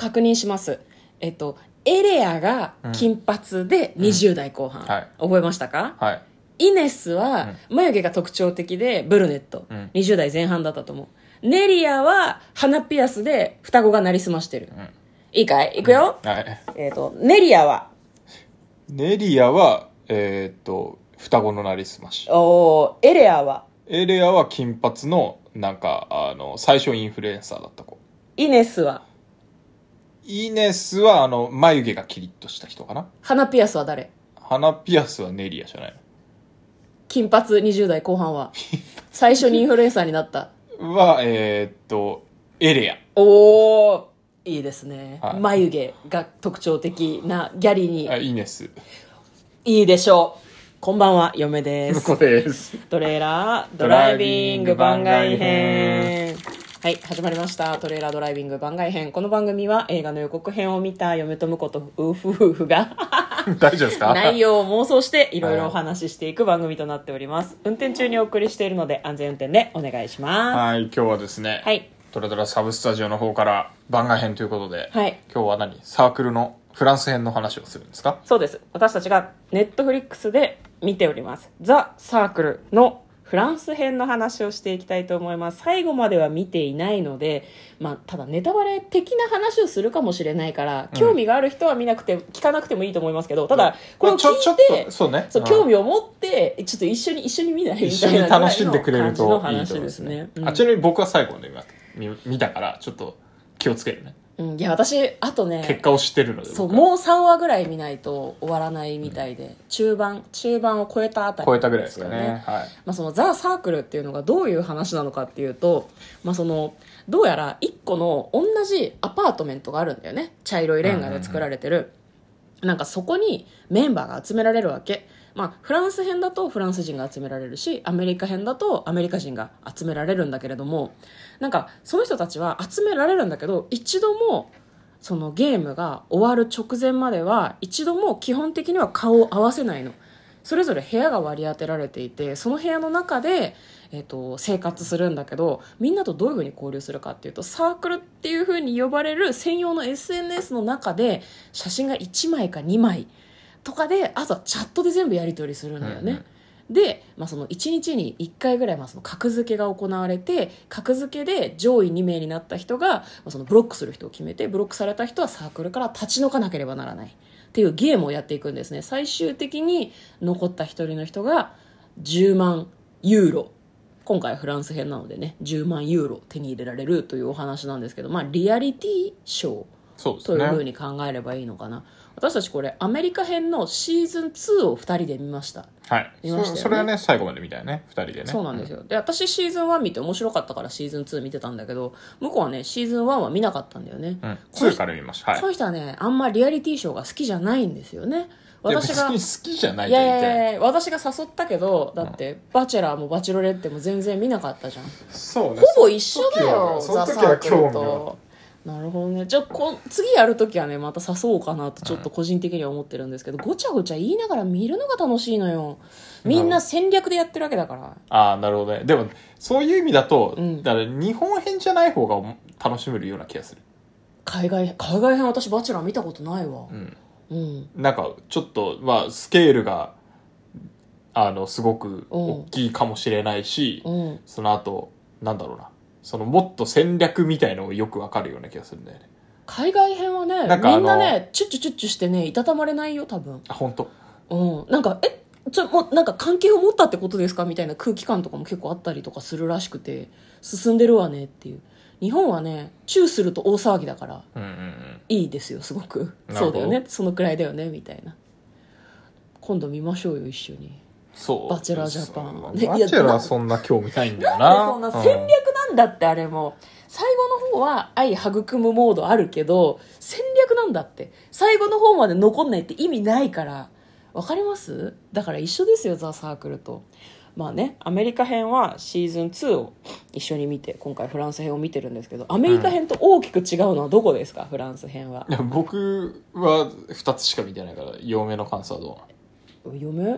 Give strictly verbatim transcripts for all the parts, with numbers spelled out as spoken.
確認します。えっとエレアが金髪でにじゅう代後半、 うんはい、 覚えましたか？ はい。 イネスは眉毛が特徴的でブルネット、うん、にじゅう代前半だったと思う。ネリアは鼻ピアスで双子がなりすましてる、うん、いいかい？いくよ、うん、はい、えっとネリアはネリアはえー、っと双子のなりすまし。 おー、エレアはエレアは金髪のなんかあの最初インフルエンサーだった子。 イネスはイネスはあの眉毛がキリッとした人かな。 鼻ピアスは誰？ 鼻ピアスはネリアじゃないの？ 金髪にじゅう代後半は最初にインフルエンサーになったはえー、っとエレア。 おー、いいですね、 はい、 眉毛が特徴的なギャリに。 あ、イネスいいでしょう。こんばんは、嫁です。 向こうです。 トレーラードライビング番外編。はい、始まりました。トレーラードライビング番外編。この番組は映画の予告編を見た嫁と婿と夫婦が大丈夫ですか？ 内容を妄想していろいろお話ししていく番組となっております。運転中にお送りしているので安全運転でお願いします。 はい、今日はですね、はい、トレドラサブスタジオの方から番外編ということで、はい、今日は何？サークルのフランス編の話をするんですか？ そうです。私たちがネットフリックスで見ておりますザ・サークルのフランス編の話をしていきたいと思います。最後までは見ていないので、まあ、ただネタバレ的な話をするかもしれないから、うん、興味がある人は見なくて聞かなくてもいいと思いますけど、ただこれを聞いて、 そうね、 そう興味を持ってちょっと一緒に一緒に見ないみたいな楽しんでくれるといいと思いますね。 うん、あちなみに僕は最後まで見、見たからちょっと気をつけるね。 うん、いや私あとね結果を知ってるのでそうもうさんわぐらい見ないと終わらないみたいで、うん、中盤中盤を超えたあたり、 超えたぐらいですかね、はい。 まあ、そのザ・サークルっていうのがどういう話なのかっていうと、まあ、そのどうやらいっこの同じアパートメントがあるんだよね。茶色いレンガで作られてる、うんうんうん、なんかそこにメンバーが集められるわけ。まあ、フランス編だとフランス人が集められるし、アメリカ編だとアメリカ人が集められるんだけれども、なんかその人たちは集められるんだけど、一度もそのゲームが終わる直前までは一度も基本的には顔を合わせないの。それぞれ部屋が割り当てられていて、その部屋の中で、えーと、生活するんだけど、みんなとどういうふうに交流するかっていうと、サークルっていうふうに呼ばれる専用の エスエヌエス の中で写真がいちまいかにまいとかで、あとはチャットで全部やり取りするんだよね、うんうん。で、まあ、そのいちにちにいっかいぐらいまあその格付けが行われて、格付けで上位にめいになった人が、まあ、そのブロックする人を決めて、ブロックされた人はサークルから立ち退かなければならないっていうゲームをやっていくんですね。最終的に残った一人の人がじゅうまんユーロ、今回フランス編なのでね、じゅうまんユーロ手に入れられるというお話なんですけど、まあリアリティショーというふうに考えればいいのかな。私たちこれアメリカ編のシーズンツーをふたりで見ました。 はい、見ましたよね。 そ, それはね最後まで見たよね、ふたりでね。 そうなんですよ、うん、で私シーズンワン見て面白かったからシーズンツー見てたんだけど、向こうはねシーズンワンは見なかったんだよね、 うん、ツーから見ました。はい、 この人はねあんまリアリティショーが好きじゃないんですよね。 私が別に好きじゃない。 いやいやいや私が誘ったけど、だって、うん、バチェラーもバチェロレッテも全然見なかったじゃん。 そうね、 ほぼ一緒だよザ・サークルと。 なるほどね。じゃあこ次やるときはねまた誘おうかなとちょっと個人的には思ってるんですけど、うん、ごちゃごちゃ言いながら見るのが楽しいのよ。みんな戦略でやってるわけだから。 ああなるほどね。でもそういう意味だと、うん、だから日本編じゃない方が楽しめるような気がする。 海外海外編私バチェラー見たことないわ。 うんうん、なんかちょっと、まあ、スケールがあのすごく大きいかもしれないし、うん、その後なんだろうな、そのもっと戦略みたいのがよくわかるような気がするんだよね。 海外編はねみんなねチュッチュチュッチュしてねいたたまれないよ多分。 あ本当。 うんなんかえちょもうなんか関係を持ったってことですかみたいな空気感とかも結構あったりとかするらしくて、進んでるわねっていう。日本はねチューすると大騒ぎだから、うんうんうん、いいですよすごく。そうだよねそのくらいだよねみたいな。今度見ましょうよ一緒に。 そうバチェラージャパン、 ね、バチェラーそんな興味ないんだよな。 なんでそんな戦略なんだって、あれも最後の方は愛育むモードあるけど戦略なんだって。最後の方まで残んないって意味ないから。わかります？だから一緒ですよザ・サークルと。まあね、アメリカ編はシーズンツーを一緒に見て、今回フランス編を見てるんですけど、アメリカ編と大きく違うのはどこですか、うん、フランス編は。 いや僕はふたつしか見てないから、嫁の感想はどうなの？ 嫁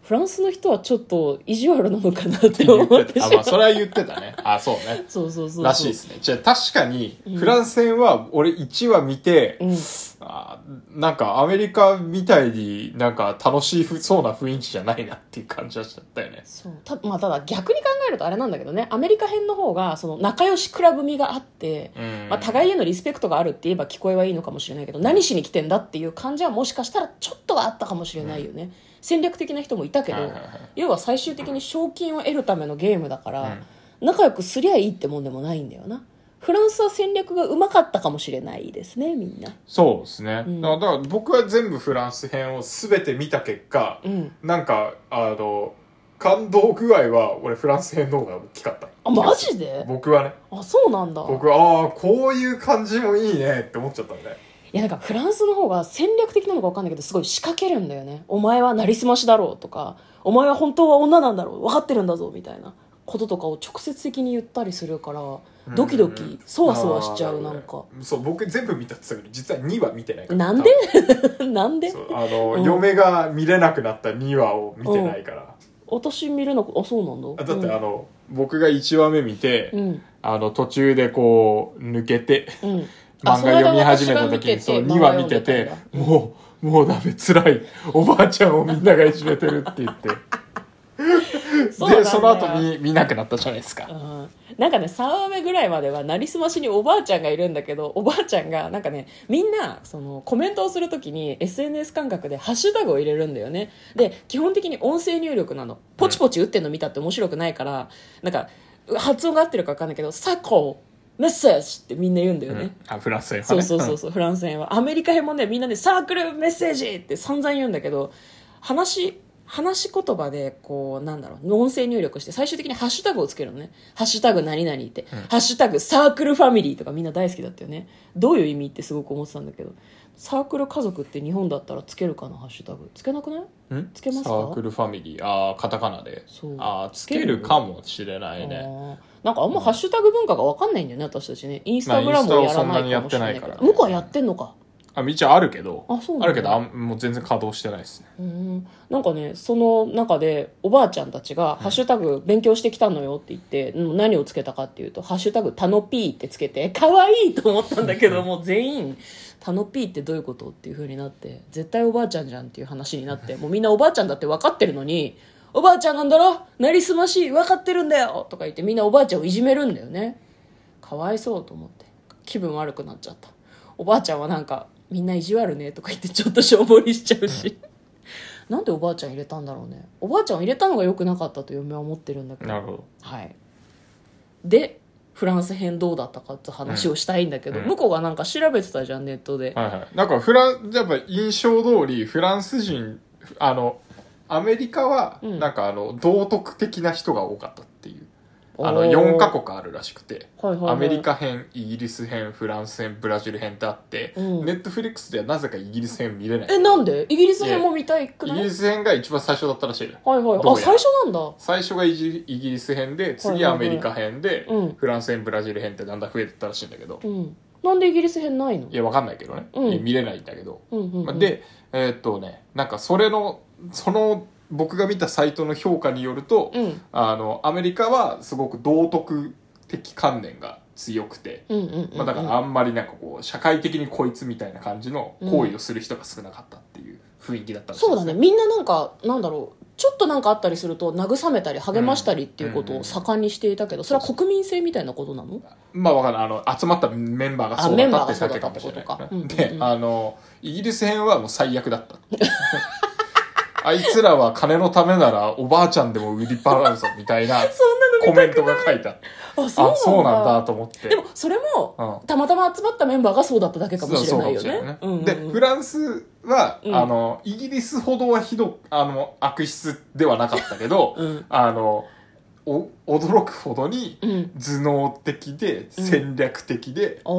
フランスの人はちょっと意地悪なのかなって思ってしまう。 あ、まあ、それは言ってたね。あ、そうね。 そうそうそうそう。 らしいですね。じゃあ確かに、フランス戦は俺いちわ見て、うん、あなんかアメリカみたいになんか楽しそうな雰囲気じゃないなっていう感じはしちゃったよね。 そう。た、まあただ逆に考えるとあれなんだけどね、アメリカ編の方がその仲良しクラブ味があって、うんまあ互いへのリスペクトがあるって言えば聞こえはいいのかもしれないけど、何しに来てんだっていう感じはもしかしたらちょっとはあったかもしれないよね。うん戦略的な人もいたけど、はいはいはい、要は最終的に賞金を得るためのゲームだから、うん、仲良くすりゃいいってもんでもないんだよな。フランスは戦略がうまかったかもしれないですね、みんな。 そうですね、うん、だから僕は全部フランス編を全て見た結果、うん、なんかあの感動具合は俺フランス編の方が大きかった。 あ、マジで？ 僕はね。 あ、そうなんだ。 僕はああこういう感じもいいねって思っちゃったんで。 いやなんかフランスの方が戦略的なのか分かんないけどすごい仕掛けるんだよね。お前はなりすましだろうとか、お前は本当は女なんだろう、分かってるんだぞみたいなこととかを直接的に言ったりするからドキドキそわそわしちゃう。なんかそう僕全部見たって言ったけど実はにわ見てないから。 なんでなんであの、うん、嫁が見れなくなったにわを見てないから、うん、 私見れなくあそうなんだ。 だって、うん、あの僕がいちわめ見て、うん、あの途中でこう抜けて、うん漫画読み始めた時にそうにわ見ててもうもうダメ辛いおばあちゃんをみんながいじめてるって言ってそでその後見見なくなったじゃないですか、うん、 なんかねさんわめぐらいまではなりすましにおばあちゃんがいるんだけどおばあちゃんがなんかねみんなそのコメントをするときに エスエヌエス 感覚でハッシュタグを入れるんだよね。で基本的に音声入力なの。ポチポチ打ってんの見たって面白くないから、うん、なんか発音が合ってるか分かんないけどサコメッセージってみんな言うんだよね、 うん、あフランス編はねそうそうそうそうフランス編は。アメリカ編もねみんなねサークルメッセージって散々言うんだけど話話し言葉でこうなんだろう音声入力して最終的にハッシュタグをつけるのね。ハッシュタグ何々って、うん、ハッシュタグサークルファミリーとかみんな大好きだったよね。どういう意味ってすごく思ってたんだけどサークル家族って日本だったらつけるかな。ハッシュタグつけなくない？んつけますか？ サークルファミリーあカタカナでそうあつけるかもしれないね。 なんかあんまハッシュタグ文化が分かんないんだよね私たちね。インスタグラムをやらないかもしれないけど、まあ、向こうはやってんのか。 あ一応あるけど あ, そうなん、ね、あるけどあもう全然稼働してないですね。 うんなんかねその中でおばあちゃんたちがハッシュタグ勉強してきたのよって言って、うん、何をつけたかっていうとハッシュタグタノピーってつけて可愛いと思ったんだけどもう全員タノピーってどういうことっていう風になって絶対おばあちゃんじゃんっていう話になってもうみんなおばあちゃんだって分かってるのにおばあちゃんなんだろなりすましい分かってるんだよとか言ってみんなおばあちゃんをいじめるんだよね。かわいそうと思って気分悪くなっちゃった。おばあちゃんはなんかみんな意地悪ねとか言ってちょっとしょぼりしちゃうしなんでおばあちゃん入れたんだろうね。おばあちゃんを入れたのが良くなかったと嫁は思ってるんだけど。 なるほど、 はい、でフランス編どうだったかって話をしたいんだけど、うん、向こうがなんか調べてたじゃんネットで、 はいはい、なんかフランやっぱ印象通りフランス人あのアメリカはなんかあの、うん、道徳的な人が多かったっていうあのよんカ国あるらしくて、はいはいはい、アメリカ編イギリス編フランス編ブラジル編ってあって、うん、ネットフリックスではなぜかイギリス編見れない。 えなんでイギリス編も見たいくない？ イギリス編が一番最初だったらしいね。 はいはいあ最初なんだ。 最初がイギリス編で次アメリカ編で、はいはいはい、フランス編ブラジル編ってだんだん増えてったらしいんだけど、うん、 なんでイギリス編ないの？ いやわかんないけどね、うん、見れないんだけど、 うんうんうん、 でえー、っとねなんかそれのその僕が見たサイトの評価によると、うん、あのアメリカはすごく道徳的観念が強くて、うんうんうんうんまあ、だからあんまりなんかこう社会的にこいつみたいな感じの行為をする人が少なかったっていう雰囲気だったんですね、 うん、そうだねみんななんかなんだろうちょっとなんかあったりすると慰めたり励ましたりっていうことを盛んにしていたけど、それは国民性みたいなことなの？ まあわかんないあの集まったメンバーがそうだったってだけかもしれない、ね、であのイギリス編はもう最悪だったあいつらは金のためならおばあちゃんでも売り払うぞみたいなコメントが書いてあってあそうなんだ、あそうなんだと思って。 でもそれも、うん、たまたま集まったメンバーがそうだっただけかもしれないよね。ねうんうんうん、 でフランスは、うん、あのイギリスほどはひどあの悪質ではなかったけど、うん、あのお驚くほどに頭脳的で戦略的で、うん、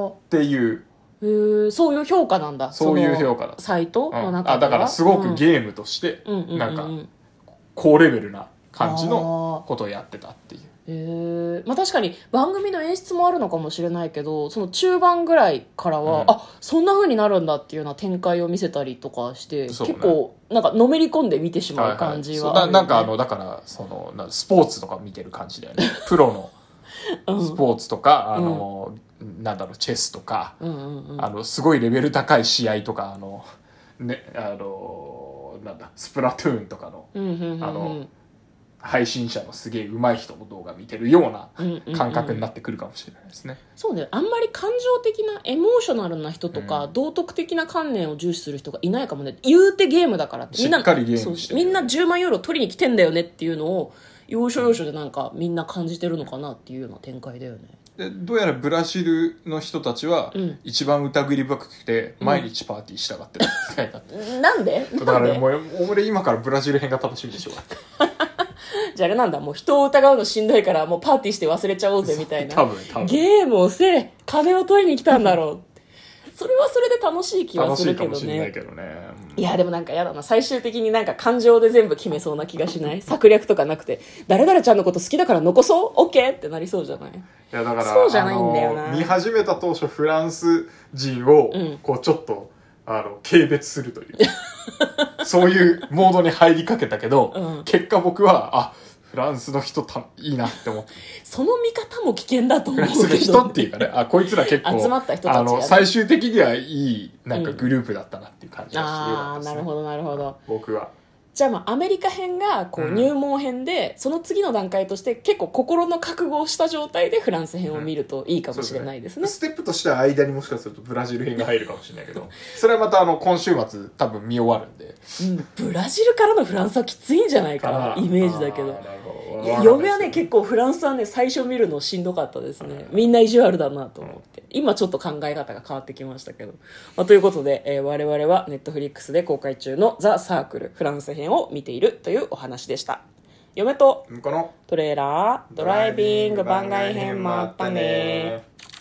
っていうへそういう評価なんだ。 そういう評価だサイトの中では、 うん、あだからすごくゲームとして、うん、なんか高レベルな感じのことをやってたっていう。 えーまあ、確かに番組の演出もあるのかもしれないけど、その中盤ぐらいからは、 うんあ、そんな風になるんだっていうような展開を見せたりとかして、 そうね結構なんかのめり込んで見てしまう感じはあるよね。 はいはい、そうななんかあのだからそのなスポーツとか見てる感じだよねプロのスポーツとか、あの、なんだろう、チェスとか、 うんうんうん、 あのすごいレベル高い試合とか、あのね、あのなんだスプラトゥーンとかの、 うんうんうんうん、 あの配信者のすげえ上手い人の動画見てるような感覚になってくるかもしれないですね。 そうね、あんまり感情的なエモーショナルな人とか、うん、道徳的な観念を重視する人がいないかもね。言うてゲームだからってみんなしっかりゲームしてる、 みんなじゅうまんユーロ取りに来てんだよねっていうのを要所要所でなんかみんな感じてるのかなっていうような展開だよね。 でどうやらブラジルの人たちは一番疑り深くて毎日パーティーしたがってるみたいな、 うん、なんでだからもう俺今からブラジル編が楽しみでしょうじゃああれなんだ、もう人を疑うのしんどいからもうパーティーして忘れちゃおうぜみたいな。 多分多分ゲームをせえ、金を取りに来たんだろうそれはそれで楽しい気はするけどね。 楽しいかもしれないけどね、 うん、いやでもなんかやだな、最終的になんか感情で全部決めそうな気がしない策略とかなくて、誰々ちゃんのこと好きだから残そうオッケーってなりそうじゃない。いやだからそうじゃないんだよな。 見始めた当初フランス人をこうちょっと、うん、あの軽蔑するというそういうモードに入りかけたけど、うん、結果僕はあフランスの人たいいなって思って、 その見方も危険だと思うけど、 フランスの人っていうかね、あこいつら結構集まった人たち、ね、 あの最終的にはいいなんかグループだったなっていう感じがして、 うん、ああなるほどなるほど。 僕はじゃあまあアメリカ編がこう入門編で、うん、その次の段階として結構心の覚悟をした状態でフランス編を見るといいかもしれないですね。うん、 ステップとしては間にもしかするとブラジル編が入るかもしれないけどそれはまたあの今週末多分見終わるんで、 うん、ブラジルからのフランスはきついんじゃないかなイメージだけど。いや嫁はね結構フランスはね最初見るのしんどかったですね。みんな意地悪だなと思って、今ちょっと考え方が変わってきましたけど、まあ、ということで、えー、我々はネットフリックスで公開中のザ・サークルフランス編を見ているというお話でした。嫁とこのトレーラードライビング番外編もあったね。